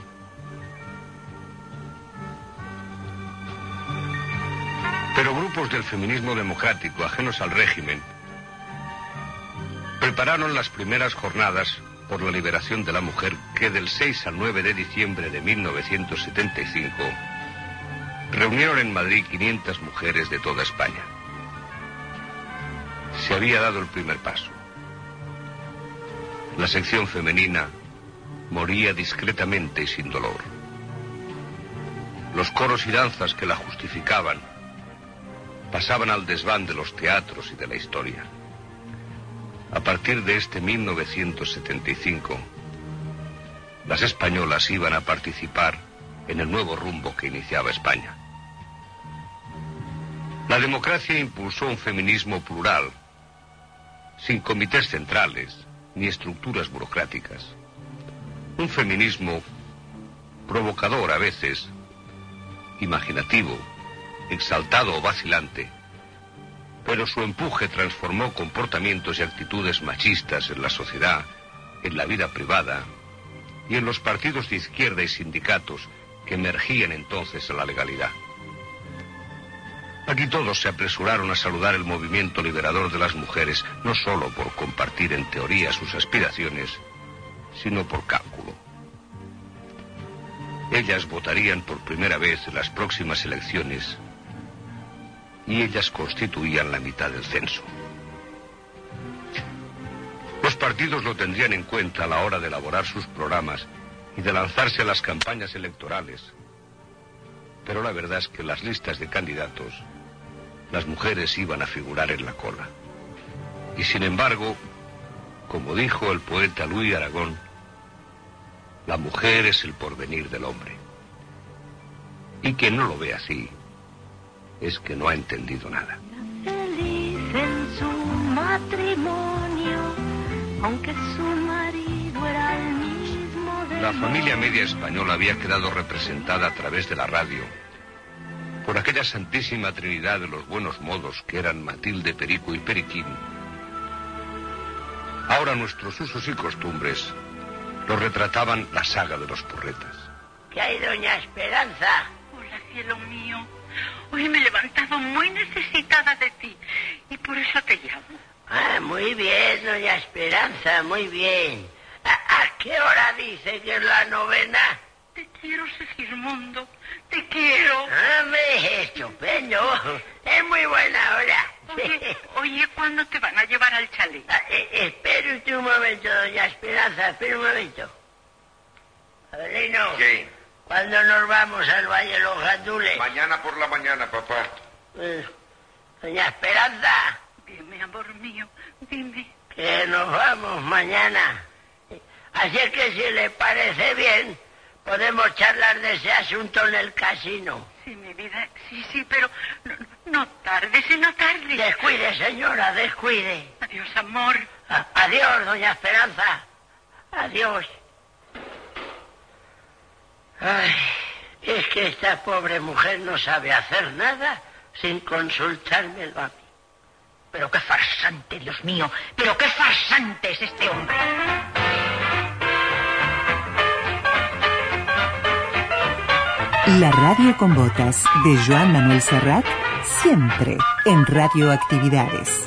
Pero grupos del feminismo democrático ajenos al régimen prepararon las primeras jornadas por la liberación de la mujer que del seis al nueve de diciembre de mil novecientos setenta y cinco reunieron en Madrid quinientas mujeres de toda España. Se había dado el primer paso. La sección femenina moría discretamente y sin dolor. Los coros y danzas que la justificaban pasaban al desván de los teatros y de la historia. A partir de este mil novecientos setenta y cinco, las españolas iban a participar en el nuevo rumbo que iniciaba España. La democracia impulsó un feminismo plural, sin comités centrales ni estructuras burocráticas. Un feminismo provocador a veces, imaginativo, exaltado o vacilante, pero su empuje transformó comportamientos y actitudes machistas en la sociedad, en la vida privada y en los partidos de izquierda y sindicatos que emergían entonces a la legalidad. Aquí todos se apresuraron a saludar el movimiento liberador de las mujeres, no solo por compartir en teoría sus aspiraciones, sino por cálculo. Ellas votarían por primera vez en las próximas elecciones y ellas constituían la mitad del censo. Los partidos lo tendrían en cuenta a la hora de elaborar sus programas y de lanzarse a las campañas electorales. Pero la verdad es que en las listas de candidatos las mujeres iban a figurar en la cola. Y sin embargo, como dijo el poeta Luis Aragón, la mujer es el porvenir del hombre. Y quien no lo ve así es que no ha entendido nada. Feliz en su matrimonio, aunque su marido era el mismo de La familia media española había quedado representada a través de la radio por aquella santísima trinidad de los buenos modos que eran Matilde, Perico y Periquín. Ahora nuestros usos y costumbres los retrataban la saga de los porretas. ¿Qué hay, doña Esperanza? Hola, cielo mío. Hoy me he levantado muy necesitada de ti y por eso te llamo. Ah, muy bien, doña Esperanza, muy bien. ¿A, a qué hora dice que es la novena? Te quiero, Segismundo, te quiero. ¡Hombre, estupendo! Es muy buena hora. Oye, oye, ¿cuándo te van a llevar al chalet? Ah, eh, espere usted un momento, doña Esperanza, espere un momento. Avelino. ¿Qué? ¿Cuándo nos vamos al Valle de los Gandules? Mañana por la mañana, papá. Eh, doña Esperanza. Dime, amor mío, dime. Que nos vamos mañana. Así es que si le parece bien, podemos charlar de ese asunto en el casino. Sí, mi vida, sí, sí, pero no, no tardes, no tardes. Descuide, señora, descuide. Adiós, amor. A- adiós, doña Esperanza. Adiós. Ay, Es que esta pobre mujer no sabe hacer nada sin consultármelo a mí. Pero qué farsante, Dios mío, pero qué farsante es este hombre. La radio con botas de Joan Manuel Serrat, siempre en Radioactividades.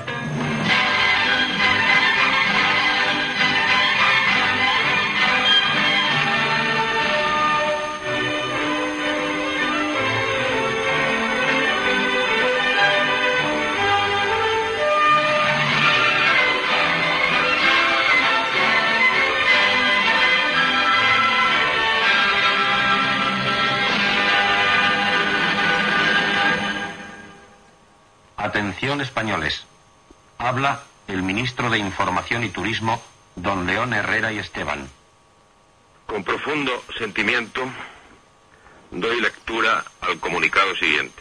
Atención, españoles. Habla el ministro de Información y Turismo, don León Herrera y Esteban. Con profundo sentimiento doy lectura al comunicado siguiente.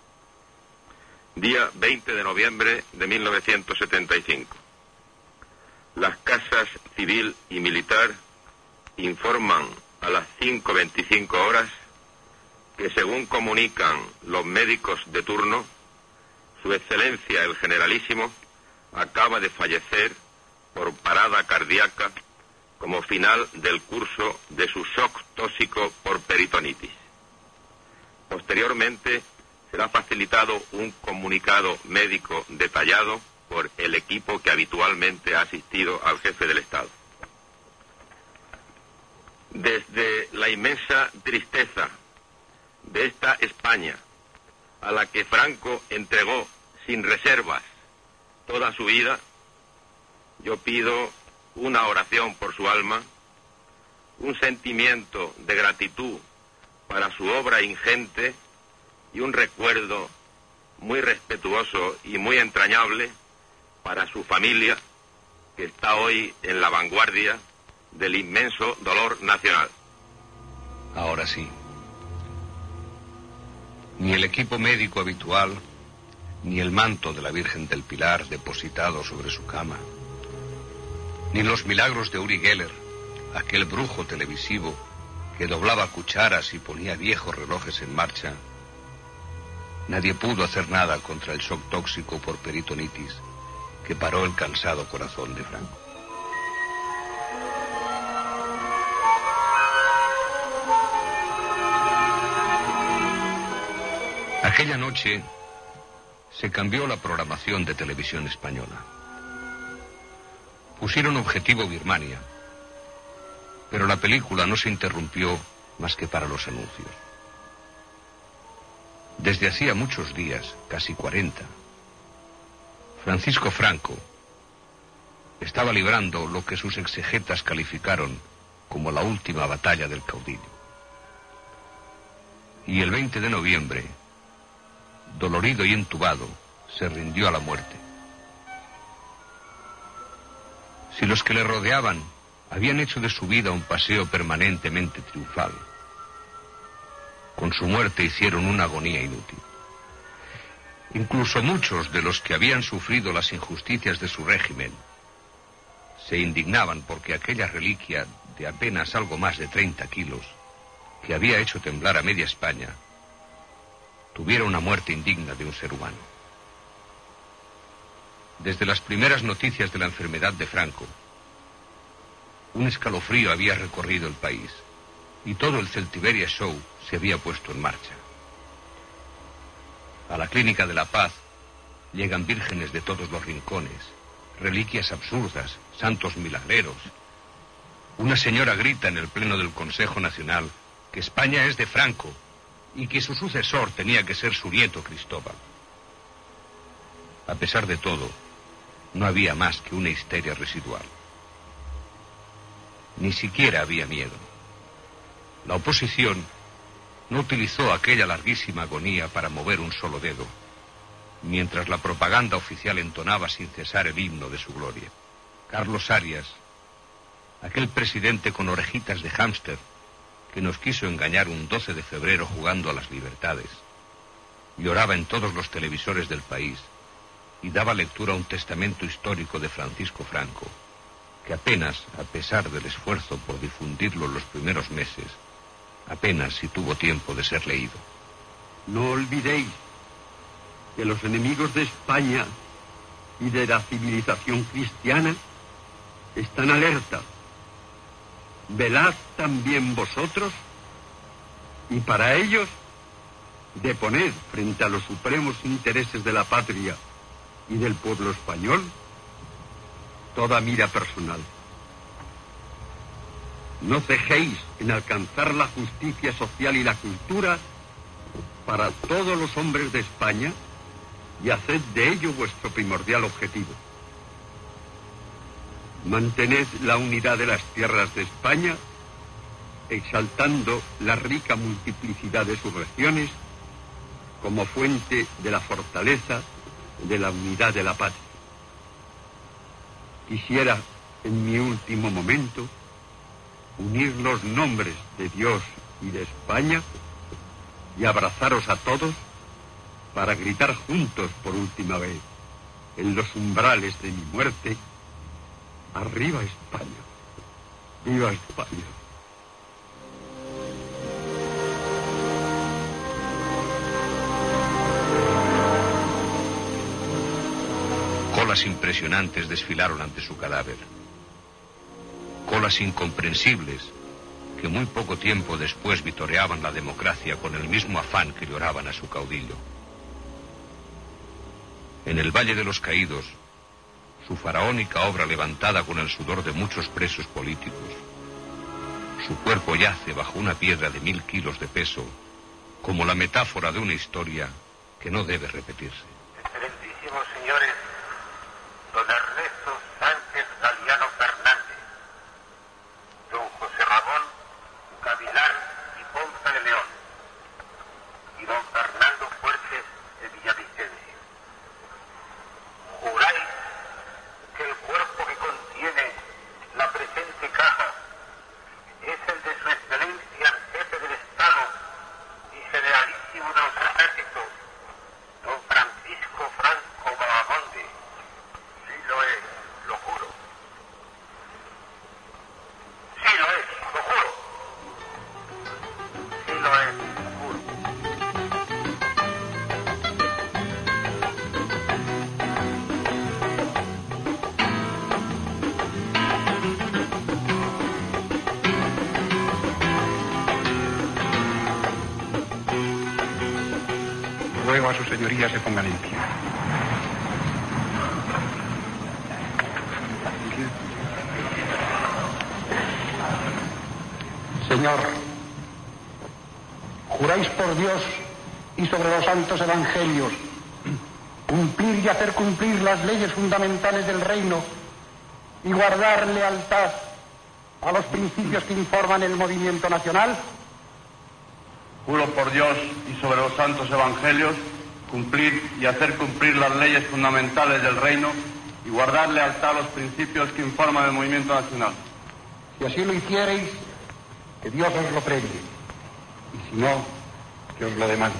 Día veinte de noviembre de mil novecientos setenta y cinco. Las casas civil y militar informan a las cinco veinticinco horas que, según comunican los médicos de turno, Su Excelencia el Generalísimo acaba de fallecer por parada cardíaca como final del curso de su shock tóxico por peritonitis. Posteriormente será facilitado un comunicado médico detallado por el equipo que habitualmente ha asistido al jefe del Estado. Desde la inmensa tristeza de esta España, a la que Franco entregó sin reservas toda su vida, yo pido una oración por su alma, un sentimiento de gratitud para su obra ingente y un recuerdo muy respetuoso y muy entrañable para su familia, que está hoy en la vanguardia del inmenso dolor nacional. Ahora sí. Ni el equipo médico habitual, ni el manto de la Virgen del Pilar depositado sobre su cama, ni los milagros de Uri Geller, aquel brujo televisivo que doblaba cucharas y ponía viejos relojes en marcha, nadie pudo hacer nada contra el shock tóxico por peritonitis que paró el cansado corazón de Franco. Aquella noche se cambió la programación de televisión española. Pusieron objetivo Birmania, pero la película no se interrumpió más que para los anuncios. Desde hacía muchos días, casi cuarenta, Francisco Franco estaba librando lo que sus exegetas calificaron como la última batalla del caudillo. Y el veinte de noviembre, dolorido y entubado, se rindió a la muerte. Si los que le rodeaban habían hecho de su vida un paseo permanentemente triunfal, con su muerte hicieron una agonía inútil. Incluso muchos de los que habían sufrido las injusticias de su régimen se indignaban porque aquella reliquia de apenas algo más de treinta kilos, que había hecho temblar a media España, tuviera una muerte indigna de un ser humano. Desde las primeras noticias de la enfermedad de Franco, un escalofrío había recorrido el país y todo el Celtiberia Show se había puesto en marcha. A la Clínica de la Paz llegan vírgenes de todos los rincones, reliquias absurdas, santos milagreros. Una señora grita en el pleno del Consejo Nacional que España es de Franco y que su sucesor tenía que ser su nieto Cristóbal. A pesar de todo, no había más que una histeria residual. Ni siquiera había miedo. La oposición no utilizó aquella larguísima agonía para mover un solo dedo, mientras la propaganda oficial entonaba sin cesar el himno de su gloria. Carlos Arias, aquel presidente con orejitas de hámster, que nos quiso engañar un doce de febrero jugando a las libertades, lloraba en todos los televisores del país y daba lectura a un testamento histórico de Francisco Franco, que apenas, a pesar del esfuerzo por difundirlo en los primeros meses, apenas si tuvo tiempo de ser leído. No olvidéis que los enemigos de España y de la civilización cristiana están alerta. Velad también vosotros, y para ellos deponed frente a los supremos intereses de la patria y del pueblo español toda mira personal. No cejéis en alcanzar la justicia social y la cultura para todos los hombres de España y haced de ello vuestro primordial objetivo. Mantened la unidad de las tierras de España, exaltando la rica multiplicidad de sus regiones como fuente de la fortaleza de la unidad de la patria. Quisiera, en mi último momento, unir los nombres de Dios y de España y abrazaros a todos para gritar juntos por última vez, en los umbrales de mi muerte: ¡arriba España! ¡Viva España! Colas impresionantes desfilaron ante su cadáver. Colas incomprensibles que muy poco tiempo después vitoreaban la democracia con el mismo afán que lloraban a su caudillo. En el Valle de los Caídos, su faraónica obra levantada con el sudor de muchos presos políticos, su cuerpo yace bajo una piedra de mil kilos de peso, como la metáfora de una historia que no debe repetirse. Excelentísimos señores, don Ernesto Sánchez Galiano Fernández, don José Ramón Gavilán y Ponce de León, y don Fernando Fuertes de Villavicencio. ¿Juráis que el cuerpo que contiene la presente caja es el de su excelencia el jefe del Estado y generalísimo de los ejércitos, don Francisco Franco Bahamonde? Sí lo es, lo juro. Sí lo es, lo juro. Sí lo es, lo juro. Ruego a su señoría se pongan en pie. Señor, juráis por Dios y sobre los santos evangelios cumplir y hacer cumplir las leyes fundamentales del reino y guardar lealtad a los principios que informan el movimiento nacional. Juro por Dios y sobre los santos evangelios cumplir y hacer cumplir las leyes fundamentales del reino y guardar lealtad a los principios que informan el movimiento nacional. Si así lo hiciereis, que Dios os lo premie, y si no, que os lo demande.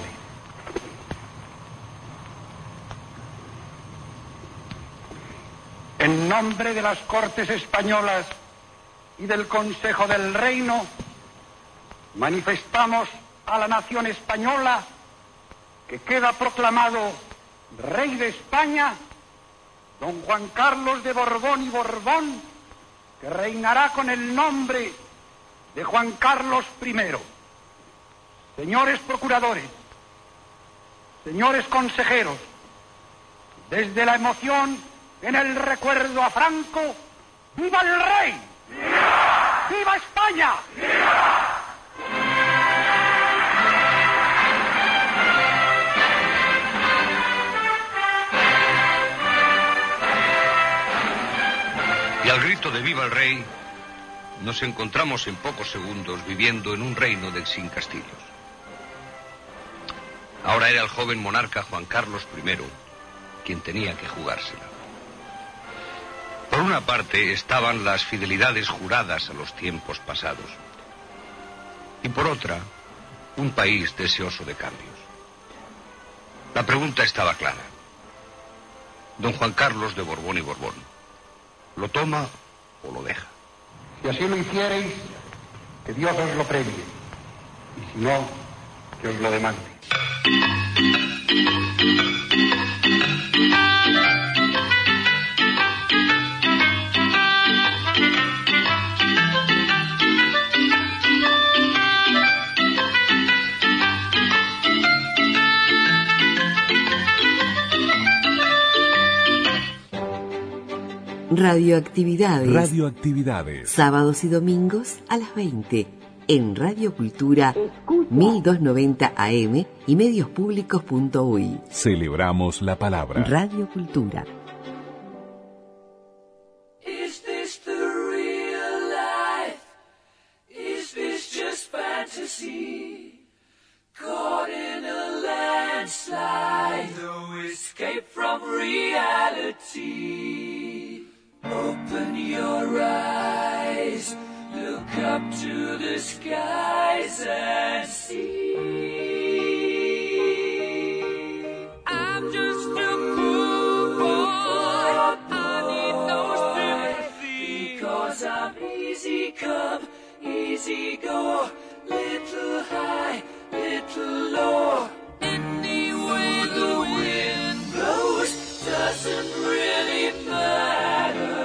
En nombre de las Cortes Españolas y del Consejo del Reino, manifestamos a la nación española que queda proclamado Rey de España don Juan Carlos de Borbón y Borbón, que reinará con el nombre de Juan Carlos primero. Señores procuradores, señores consejeros, desde la emoción en el recuerdo a Franco, ¡viva el rey! ¡Viva, ¡Viva España! ¡Viva! Y al grito de ¡viva el rey! Nos encontramos en pocos segundos viviendo en un reino de sin castillos. Ahora era el joven monarca Juan Carlos primero quien tenía que jugársela. Por una parte estaban las fidelidades juradas a los tiempos pasados, y por otra, un país deseoso de cambios. La pregunta estaba clara. Don Juan Carlos de Borbón y Borbón, ¿lo toma o lo deja? Si así lo hiciereis, que Dios os lo premie, y si no, que os lo demande. Radioactividades. Radioactividades. Sábados y domingos a las veinte en Radio Cultura mil doscientos noventa A M y mediospublicos punto U Y. Celebramos la palabra. Radio Cultura. Is this the real life? Is this just fantasy? Caught in a landslide, no escape from reality. Open your eyes, look up to the skies and see. I'm just a poor boy, I need no sympathy, because I'm easy come, easy go, little high, little low. Any way the wind blows doesn't really matter.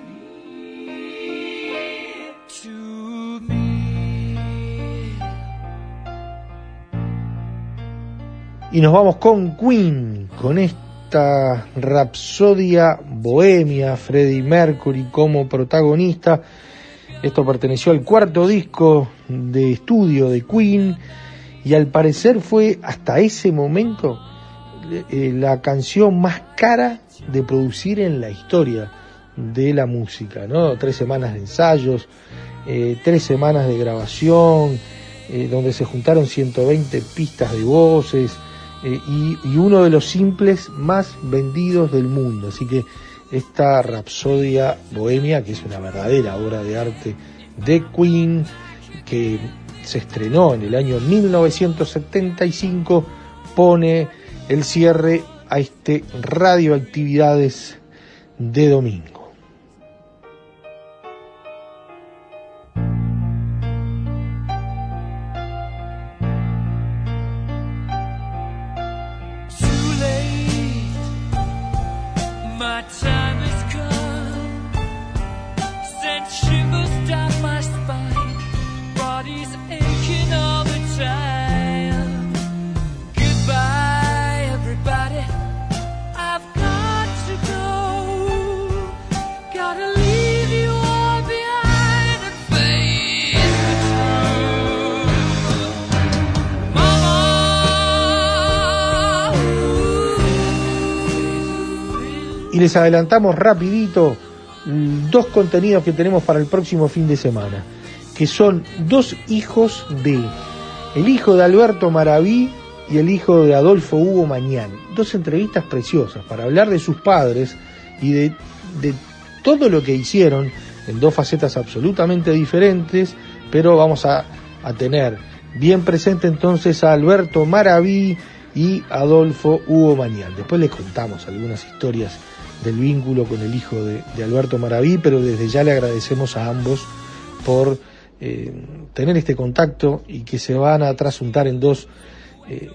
Y nos vamos con Queen, con esta rapsodia bohemia, Freddie Mercury como protagonista. Esto perteneció al cuarto disco de estudio de Queen y al parecer fue hasta ese momento eh, la canción más cara de producir en la historia de la música, ¿no? Tres semanas de ensayos, eh, tres semanas de grabación, eh, donde se juntaron ciento veinte pistas de voces, Eh, y, y uno de los simples más vendidos del mundo. Así que esta Rapsodia Bohemia, que es una verdadera obra de arte de Queen, que se estrenó en el año mil novecientos setenta y cinco, pone el cierre a este Radioactividades de domingo. Y les adelantamos rapidito dos contenidos que tenemos para el próximo fin de semana, que son dos hijos de el hijo de Alberto Maraví y el hijo de Adolfo Hugo Mañán. Dos entrevistas preciosas para hablar de sus padres y de, de todo lo que hicieron en dos facetas absolutamente diferentes, pero vamos a, a tener bien presente entonces a Alberto Maraví y Adolfo Hugo Mañán. Después les contamos algunas historias del vínculo con el hijo de, de Alberto Maraví, pero desde ya le agradecemos a ambos por eh, tener este contacto y que se van a trasuntar en dos, eh,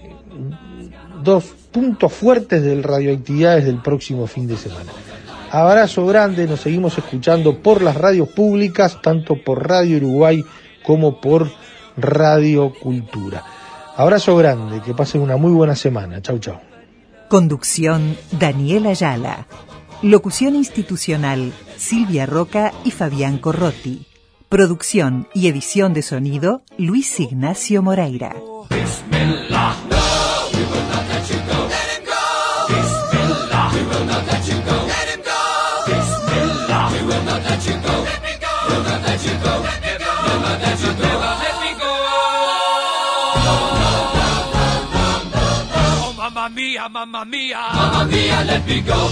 dos puntos fuertes del Radioactividades del próximo fin de semana. Abrazo grande, nos seguimos escuchando por las radios públicas, tanto por Radio Uruguay como por Radio Cultura. Abrazo grande, que pasen una muy buena semana. Chau, chau. Conducción, Daniel Ayala. Locución institucional, Silvia Roca y Fabián Corrotti. Producción y edición de sonido, Luis Ignacio Moreira. Bismillah, no, we will not let you go. Let him go. Bismillah, we will not let you go. Let him go. Bismillah, we will not let you go. Let me go. We'll not let you go. Let me go. We'll not let you go. Let me go. Oh, mamma mia, mamma mia, mamma mia, let me go.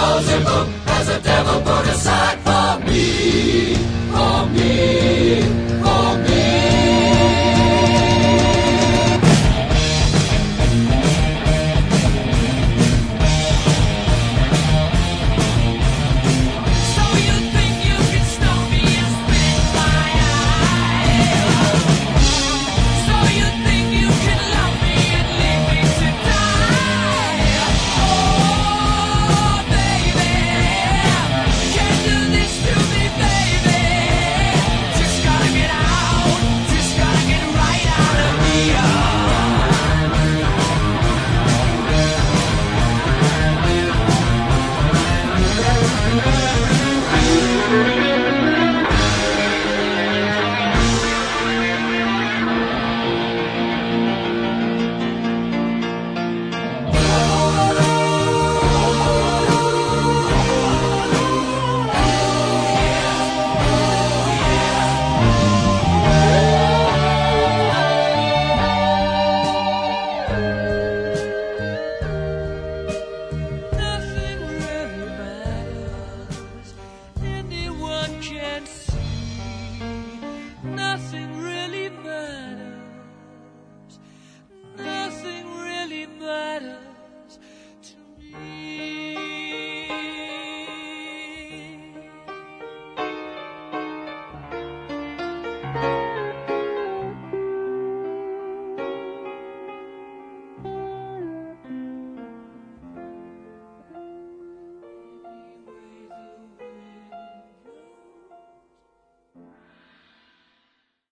Beelzebub has a devil put aside for me, for me.